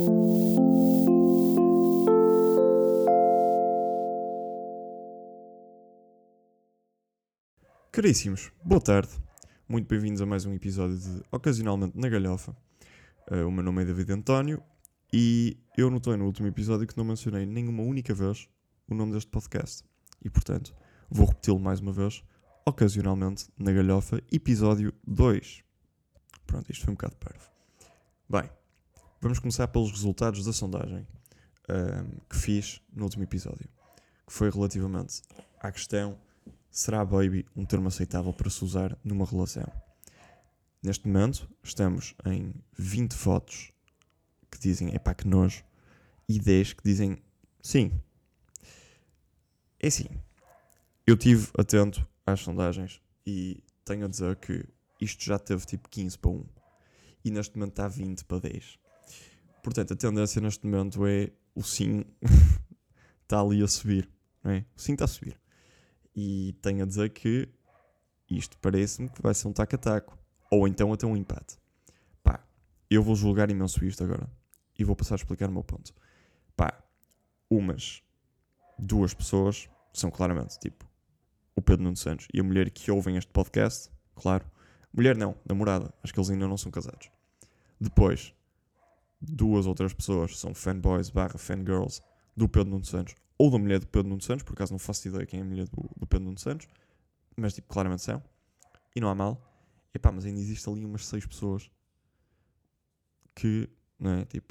Caríssimos, boa tarde. Muito bem-vindos a mais um episódio de Ocasionalmente na Galhofa. O meu nome é David António e eu notei no último episódio que não mencionei nenhuma única vez o nome deste podcast. E, portanto, vou repeti-lo mais uma vez. Ocasionalmente na Galhofa, episódio 2. Pronto, isto foi um bocado parvo. Bem, vamos começar pelos resultados da sondagem que fiz no último episódio. Que foi relativamente à questão: será baby um termo aceitável para se usar numa relação? Neste momento estamos em 20 votos que dizem epá que nojo e 10 que dizem sim. É assim, eu estive atento às sondagens e tenho a dizer que isto já teve tipo 15 para 1 e neste momento está 20 para 10. Portanto, a tendência neste momento é o sim está ali a subir, não é? O sim está a subir. E tenho a dizer que isto parece-me que vai ser um taco-a-taco. Ou então até um empate. Pá, eu vou julgar imenso isto agora. E vou passar a explicar o meu ponto. Pá, duas pessoas são claramente, tipo, o Pedro Nuno Santos e a mulher que ouvem este podcast, claro. Mulher não, namorada. Acho que eles ainda não são casados. Depois, duas outras pessoas são fanboys / fangirls do Pedro Nuno Santos ou da mulher do Pedro Nuno Santos, por acaso não faço ideia quem é a mulher do Pedro Nuno Santos, mas tipo, claramente são. E não há mal. Epá, mas ainda existe ali umas 6 pessoas que, não é, tipo,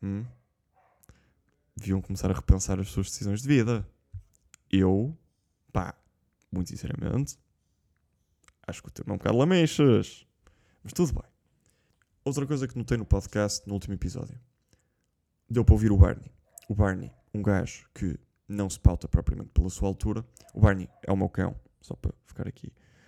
deviam começar a repensar as suas decisões de vida. Eu, pá, muito sinceramente, acho que o termo é um bocado lamechas. Mas tudo bem. Outra coisa que notei no podcast, no último episódio, deu para ouvir o Barney. O Barney, um gajo que não se pauta propriamente pela sua altura. O Barney é o meu cão, só para ficar aqui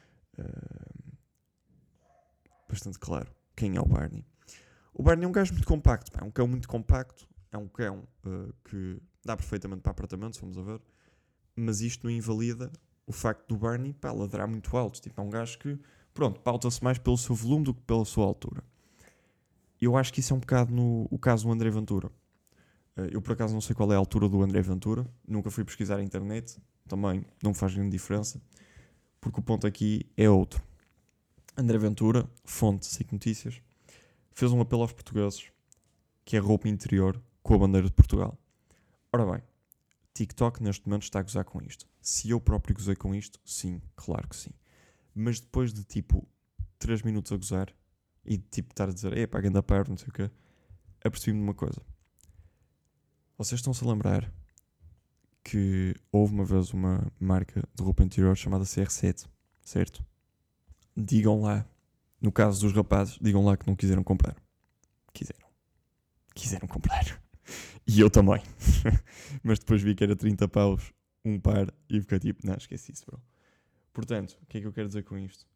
bastante claro quem é o Barney. O Barney é um gajo muito compacto, pá, é um cão muito compacto, é um cão que dá perfeitamente para apartamentos, vamos a ver, mas isto não invalida o facto do Barney, pá, ladrar muito alto. Tipo, é um gajo que, pronto, pauta-se mais pelo seu volume do que pela sua altura. Eu acho que isso é um bocado o caso do André Ventura. Eu por acaso não sei qual é a altura do André Ventura, nunca fui pesquisar na internet, também não faz grande diferença, porque o ponto aqui é outro. André Ventura, fonte SIC Notícias, fez um apelo aos portugueses, que é roupa interior com a bandeira de Portugal. Ora bem, TikTok neste momento está a gozar com isto. Se eu próprio gozei com isto, sim, claro que sim. Mas depois de tipo 3 minutos a gozar e de tipo estar a dizer epá, ganda perna, não sei o quê, apercebi-me de uma coisa. Vocês estão-se a lembrar que houve uma vez uma marca de roupa interior chamada CR7, certo? Digam lá, no caso dos rapazes, digam lá que não quiseram comprar. Quiseram comprar. E eu também. Mas depois vi que era 30 paus um par e fiquei tipo, não, esqueci isso, bro. Portanto, o que é que eu quero dizer com isto?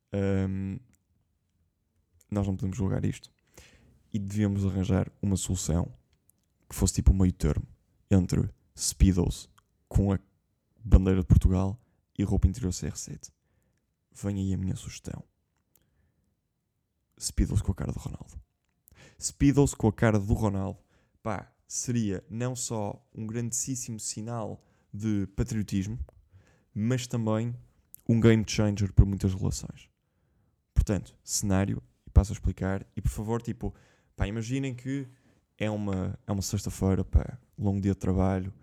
Nós não podemos julgar isto e devíamos arranjar uma solução que fosse tipo um meio termo entre Speedos com a bandeira de Portugal e roupa interior CR7. Vem aí a minha sugestão. Speedos com a cara do Ronaldo. Speedos com a cara do Ronaldo, pá, seria não só um grandíssimo sinal de patriotismo, mas também um game changer para muitas relações. Portanto, cenário, e passo a explicar, e por favor, tipo, pá, imaginem que é uma sexta-feira, pá, longo dia de trabalho,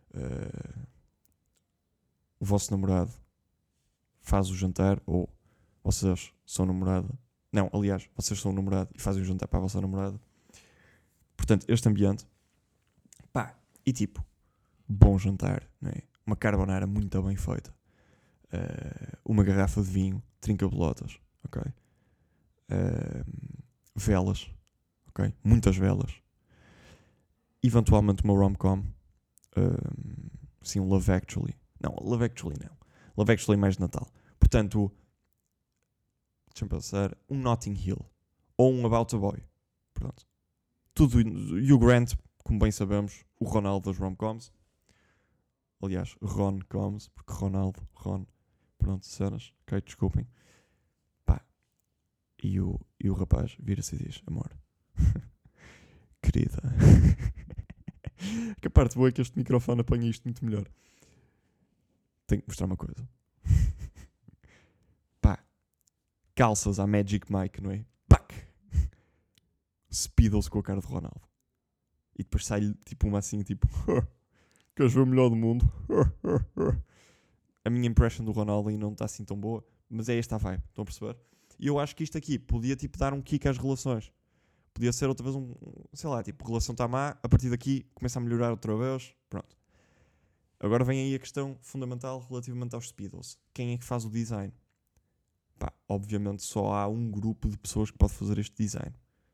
o vosso namorado faz o jantar, ou vocês são namorada. Não, aliás, vocês são o namorado e fazem o jantar para a vossa namorada. Portanto, este ambiente, pá, e tipo, bom jantar, não é? Uma carbonara muito bem feita. Uma garrafa de vinho, trinca-bolotas, ok? Velas, ok? Muitas velas. Eventualmente uma rom-com. Sim, um Love Actually. Não, Love Actually não. Love Actually mais de Natal. Portanto, deixa-me pensar, um Notting Hill ou um About a Boy. Pronto. Tudo. Hugh Grant, como bem sabemos, o Ronaldo das rom-coms. Aliás, Ron Coms, porque Ronaldo, Ron. Pronto, cenas. Ok, desculpem. Pá. E o rapaz vira-se e diz: amor, querida, Que a parte boa é que este microfone apanha isto muito melhor. Tenho que mostrar uma coisa. Pá, calças à Magic Mike, não é? Pac! Speedos com a cara de Ronaldo. E depois sai-lhe tipo uma assim, tipo... Queres ver o melhor do mundo? A minha impression do Ronaldo aí não está assim tão boa. Mas é esta a vibe, estão a perceber? E eu acho que isto aqui podia tipo dar um kick às relações. Podia ser outra vez sei lá, tipo, relação está má, a partir daqui começa a melhorar outra vez, pronto. Agora vem aí a questão fundamental relativamente aos Speedos. Quem é que faz o design? Pá, obviamente só há um grupo de pessoas que pode fazer este design.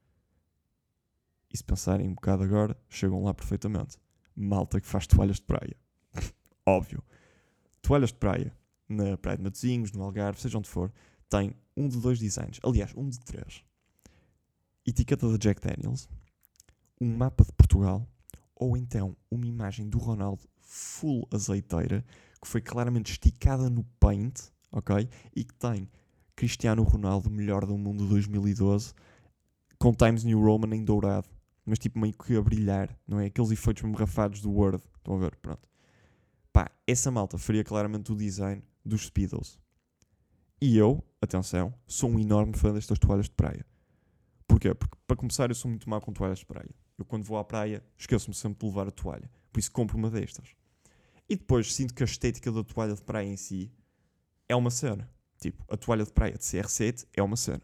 E se pensarem um bocado agora, chegam lá perfeitamente. Malta que faz toalhas de praia. Óbvio. Toalhas de praia. Na Praia de Matosinhos, no Algarve, seja onde for, tem um de 2 designs. Aliás, um de 3. Etiqueta da Jack Daniels, um mapa de Portugal, ou então uma imagem do Ronaldo full azeiteira, que foi claramente esticada no paint, ok? E que tem Cristiano Ronaldo, melhor do mundo 2012, com Times New Roman em dourado, mas tipo meio que a brilhar, não é? Aqueles efeitos mesmo rafados do Word, estão a ver? Pronto. Pá, essa malta faria claramente o design dos Speedos. E eu, atenção, sou um enorme fã destas toalhas de praia. Porquê? Porque, para começar, eu sou muito mau com toalhas de praia. Eu, quando vou à praia, esqueço-me sempre de levar a toalha. Por isso, compro uma destas. E depois, sinto que a estética da toalha de praia em si é uma cena. Tipo, a toalha de praia de CR7 é uma cena.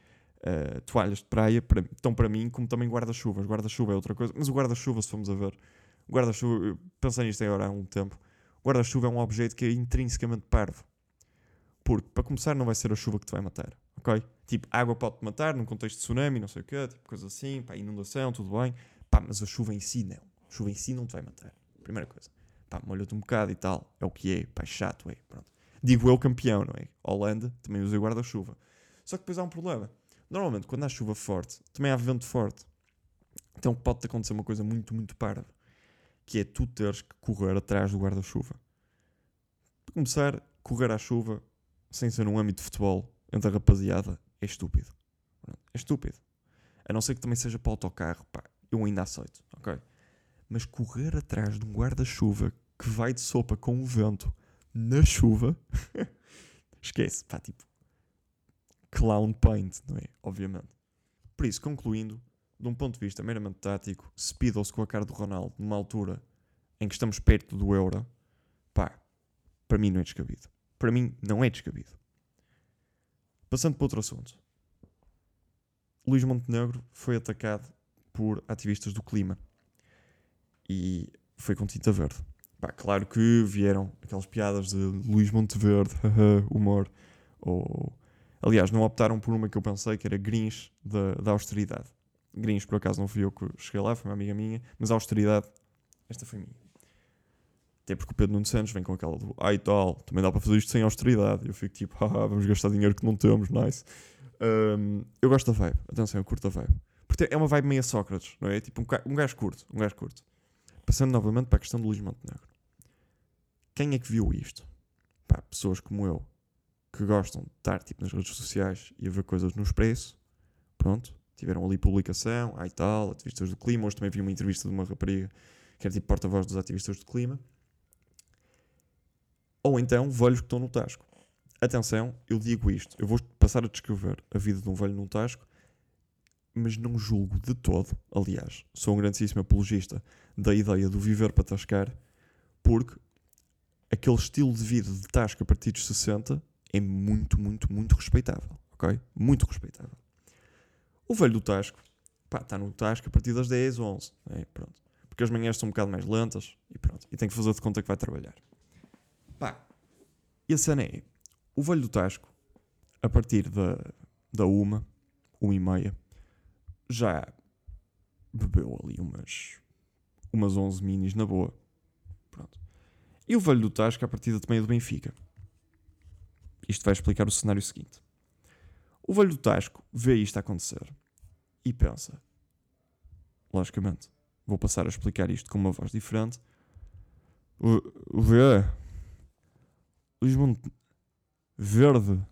Toalhas de praia estão para mim como também guarda-chuvas. Guarda-chuva é outra coisa. Mas o guarda-chuva, se formos a ver... O guarda-chuva, eu pensei nisto agora há um tempo. O guarda-chuva é um objeto que é intrinsecamente parvo. Porque, para começar, não vai ser a chuva que te vai matar. Ok? Tipo, água pode-te matar num contexto de tsunami, não sei o quê, tipo, coisa assim, pá, inundação, tudo bem. Pá, mas a chuva em si não. A chuva em si não te vai matar. Primeira coisa. Pá, molha-te um bocado e tal. É o que é. Pá, chato, é. Pronto. Digo eu campeão, não é? Holanda, também usei guarda-chuva. Só que depois há um problema. Normalmente, quando há chuva forte, também há vento forte. Então pode-te acontecer uma coisa muito, muito parva. Que é tu teres que correr atrás do guarda-chuva. Para começar, correr à chuva, sem ser num âmbito de futebol, entre a rapaziada, é estúpido. É estúpido. A não ser que também seja para o autocarro, pá, eu ainda aceito, ok? Mas correr atrás de um guarda-chuva que vai de sopa com o vento na chuva, esquece, pá, tipo, clown paint, não é? Obviamente. Por isso, concluindo, de um ponto de vista meramente tático, Speedos com a cara do Ronaldo, numa altura em que estamos perto do Euro, pá, para mim não é descabido. Para mim não é descabido. Passando para outro assunto. Luís Montenegro foi atacado por ativistas do clima e foi com tinta verde. Pá, claro que vieram aquelas piadas de Luís Monteverde, humor, ou... Aliás, não optaram por uma que eu pensei que era Grinch da austeridade. Grinch, por acaso, não fui eu que cheguei lá, foi uma amiga minha, mas a austeridade, esta foi minha. Até porque o Pedro Nuno Santos vem com aquela do ai tal, também dá para fazer isto sem austeridade. Eu fico tipo, haha, vamos gastar dinheiro que não temos, nice. Eu gosto da vibe, atenção, eu curto a vibe. Porque é uma vibe meio Sócrates, não é? Tipo um gajo curto, um gajo curto. Passando novamente para a questão do Luís Montenegro. Quem é que viu isto? Pá, pessoas como eu, que gostam de estar tipo, nas redes sociais e a ver coisas no Expresso, pronto, tiveram ali publicação, ai tal, ativistas do clima. Hoje também vi uma entrevista de uma rapariga que era tipo porta-voz dos ativistas do clima. Ou então, velhos que estão no Tasco. Atenção, eu digo isto, eu vou passar a descrever a vida de um velho num Tasco, mas não julgo de todo, aliás, sou um grandíssimo apologista da ideia do viver para tascar, porque aquele estilo de vida de Tasco a partir dos 60 é muito, muito, muito respeitável, ok? Muito respeitável. O velho do Tasco, pá, está no Tasco a partir das 10, 11, pronto. Porque as manhãs são um bocado mais lentas, e pronto, e tem que fazer de conta que vai trabalhar. Pá, e a cena é, o velho do Tasco, a partir da 1h30, já bebeu ali umas 11 minis na boa. Pronto. E o velho do Tasco, a partir também é do Benfica. Isto vai explicar o cenário seguinte. O velho do Tasco vê isto a acontecer e pensa, logicamente, vou passar a explicar isto com uma voz diferente. O Luís Verde.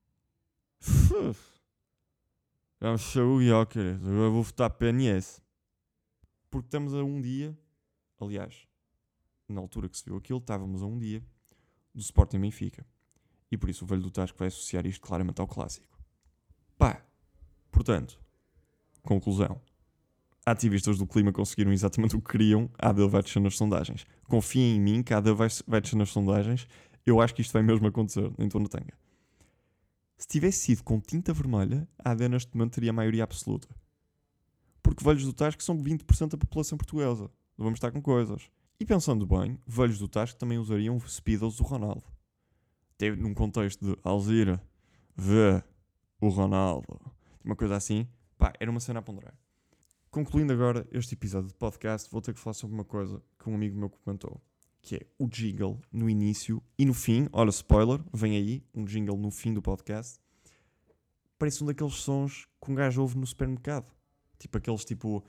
Já me chegou o Jóqueres. Agora vou votar PNS. Porque estamos a um dia Aliás, na altura que se viu aquilo, estávamos a um dia do Sporting Benfica. E por isso o velho do Tasco vai associar isto claramente ao clássico. Pá, portanto, conclusão. Ativistas do clima conseguiram exatamente o que queriam, a AD vai descer nas sondagens. Confiem em mim que a AD vai descer nas sondagens. Eu acho que isto vai mesmo acontecer, nem estou na tanga. Se tivesse sido com tinta vermelha, a AD neste momento teria a maioria absoluta. Porque velhos do Tasco são 20% da população portuguesa. Não vamos estar com coisas. E pensando bem, velhos do Tasco também usariam o Speedos do Ronaldo. Teve num contexto de Alzira, vê o Ronaldo. Uma coisa assim. Pá, era uma cena a ponderar. Concluindo agora este episódio de podcast, vou ter que falar sobre uma coisa que um amigo meu comentou. Que é o jingle no início e no fim. Olha, spoiler, vem aí, um jingle no fim do podcast. Parece um daqueles sons que um gajo ouve no supermercado. Tipo aqueles tipo...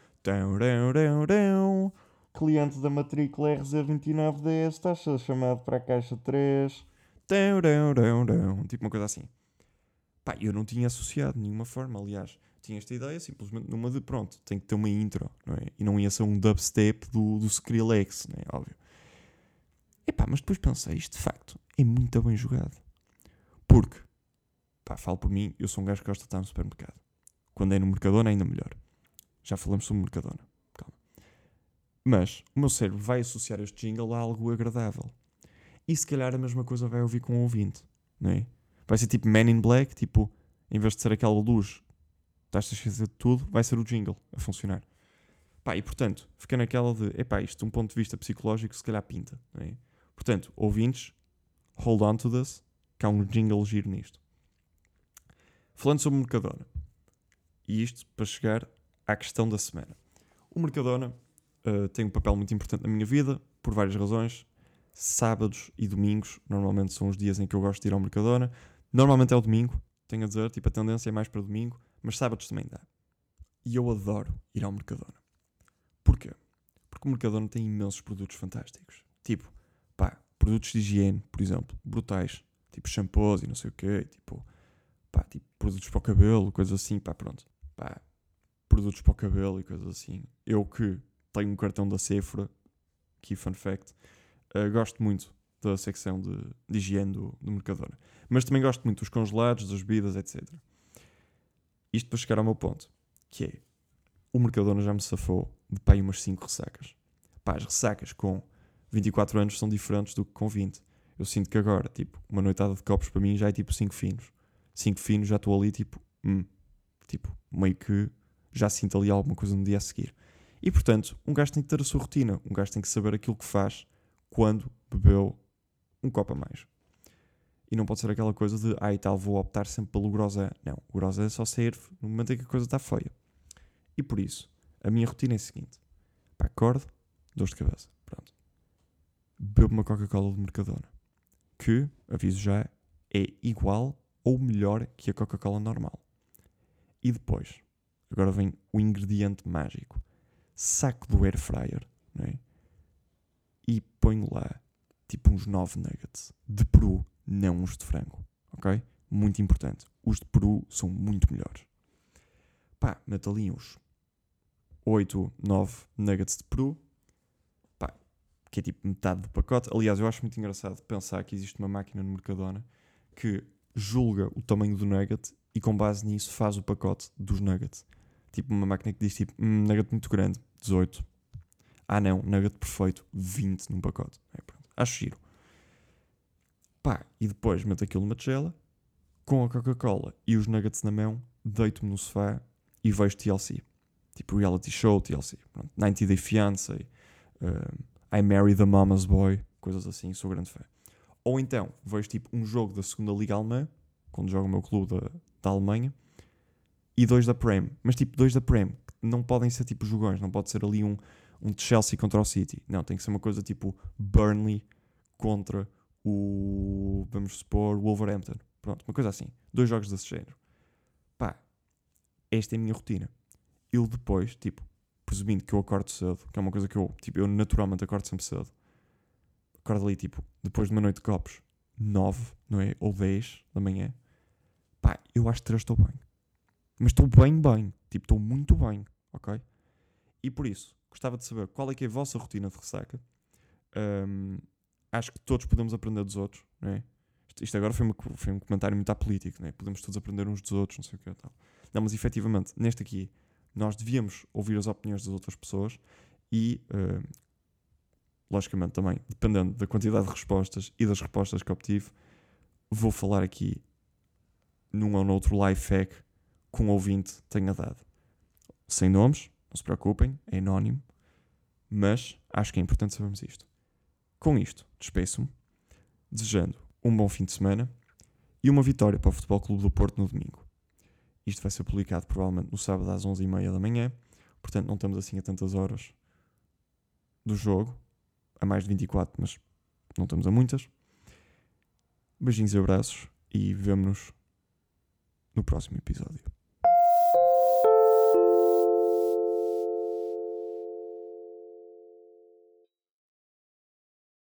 Cliente da matrícula RZ2910 está a ser chamado para a caixa 3. Tipo uma coisa assim. Pá, eu não tinha associado de nenhuma forma, aliás. Tinha esta ideia simplesmente numa de pronto, tem que ter uma intro, não é? E não ia ser um dubstep do Skrillex, não é? Óbvio. Epá, mas depois pensei, isto de facto é muito bem jogado. Porque, pá, falo por mim, eu sou um gajo que gosta de estar no supermercado. Quando é no Mercadona ainda melhor. Já falamos sobre Mercadona. Calma. Mas o meu cérebro vai associar este jingle a algo agradável. E se calhar a mesma coisa vai ouvir com o ouvinte, não é? Vai ser tipo Man in Black, tipo, em vez de ser aquela luz, estás a esquecer de tudo, vai ser o jingle a funcionar. Pá, e portanto, fica naquela de, epá, isto de um ponto de vista psicológico se calhar pinta, não é? Portanto, ouvintes, hold on to this, que há um jingle giro nisto. Falando sobre o Mercadona, e isto para chegar à questão da semana. O Mercadona tem um papel muito importante na minha vida, por várias razões. Sábados e domingos, normalmente são os dias em que eu gosto de ir ao Mercadona. Normalmente é o domingo, tenho a dizer, tipo, a tendência é mais para domingo, mas sábados também dá. E eu adoro ir ao Mercadona. Porquê? Porque o Mercadona tem imensos produtos fantásticos. Tipo, pá, produtos de higiene, por exemplo, brutais. Tipo shampoos e não sei o quê. Tipo, pá, tipo produtos para o cabelo, coisas assim, pá, pronto. Pá, produtos para o cabelo e coisas assim. Eu que tenho um cartão da Sephora, aqui fun fact, gosto muito da secção de higiene do Mercadona. Mas também gosto muito dos congelados, das bebidas, etc. Isto para chegar ao meu ponto, que é, o Mercadona já me safou de pá, umas 5 ressacas. Pá, as ressacas com 24 anos são diferentes do que com 20. Eu sinto que agora, tipo, uma noitada de copos para mim já é tipo 5 finos. 5 finos, já estou ali, tipo, meio que já sinto ali alguma coisa no dia a seguir. E, portanto, um gajo tem que ter a sua rotina. Um gajo tem que saber aquilo que faz quando bebeu um copo a mais. E não pode ser aquela coisa de, e tal, vou optar sempre pelo groselha. Não, o groselha só serve no momento em que a coisa está feia. E por isso, a minha rotina é a seguinte. Pá, acordo, dor de cabeça. Pronto. Bebo uma Coca-Cola do Mercadona. Que, aviso já, é igual ou melhor que a Coca-Cola normal. E depois, agora vem o ingrediente mágico. Saco do air fryer, não é? E ponho lá, tipo, uns 9 nuggets de peru, não os de frango, ok? Muito importante. Os de peru são muito melhores. Pá, meto ali uns 8, 9 nuggets de peru, pá, que é tipo metade do pacote. Aliás, eu acho muito engraçado pensar que existe uma máquina no Mercadona que julga o tamanho do nugget e com base nisso faz o pacote dos nuggets. Tipo uma máquina que diz tipo, nugget muito grande, 18. Ah não, nugget perfeito, 20 num pacote. Pronto. Acho giro. Pá, e depois meto aquilo numa tigela, com a Coca-Cola e os nuggets na mão, deito-me no sofá e vejo TLC. Tipo reality show, TLC. Pronto. 90 Day Fiancé, I Married the Mama's Boy, coisas assim, sou grande fã. Ou então, vejo tipo um jogo da segunda Liga Alemã, quando joga o meu clube da Alemanha, e 2 da Prem. Mas tipo, 2 da Prem, que não podem ser tipo jogões, não pode ser ali um de Chelsea contra o City. Não, tem que ser uma coisa tipo Burnley contra o, vamos supor, Wolverhampton. Pronto, uma coisa assim. 2 jogos desse género. Pá, esta é a minha rotina. Eu depois, tipo, presumindo que eu acordo cedo, que é uma coisa que eu naturalmente acordo sempre cedo. Acordo ali, tipo, depois de uma noite de copos, 9, não é? Ou 10 da manhã. Pá, eu às 3 estou bem. Mas estou bem. Tipo, estou muito bem, ok? E por isso, Gostava de saber qual é que é a vossa rotina de ressaca. Acho que todos podemos aprender dos outros, não é? Isto agora foi um comentário muito apolítico, não é? Podemos todos aprender uns dos outros, não sei o que e tal. Não, mas efetivamente, neste aqui, nós devíamos ouvir as opiniões das outras pessoas e, logicamente também, dependendo da quantidade de respostas e das respostas que obtive, vou falar aqui num ou noutro life hack que um ouvinte tenha dado. Sem nomes, não se preocupem, é anónimo, mas acho que é importante sabermos isto. Com isto, despeço-me, desejando um bom fim de semana e uma vitória para o Futebol Clube do Porto no domingo. Isto vai ser publicado provavelmente no sábado às 11h30 da manhã, portanto não estamos assim a tantas horas do jogo, a mais de 24, mas não estamos a muitas. Beijinhos e abraços e vemo-nos no próximo episódio.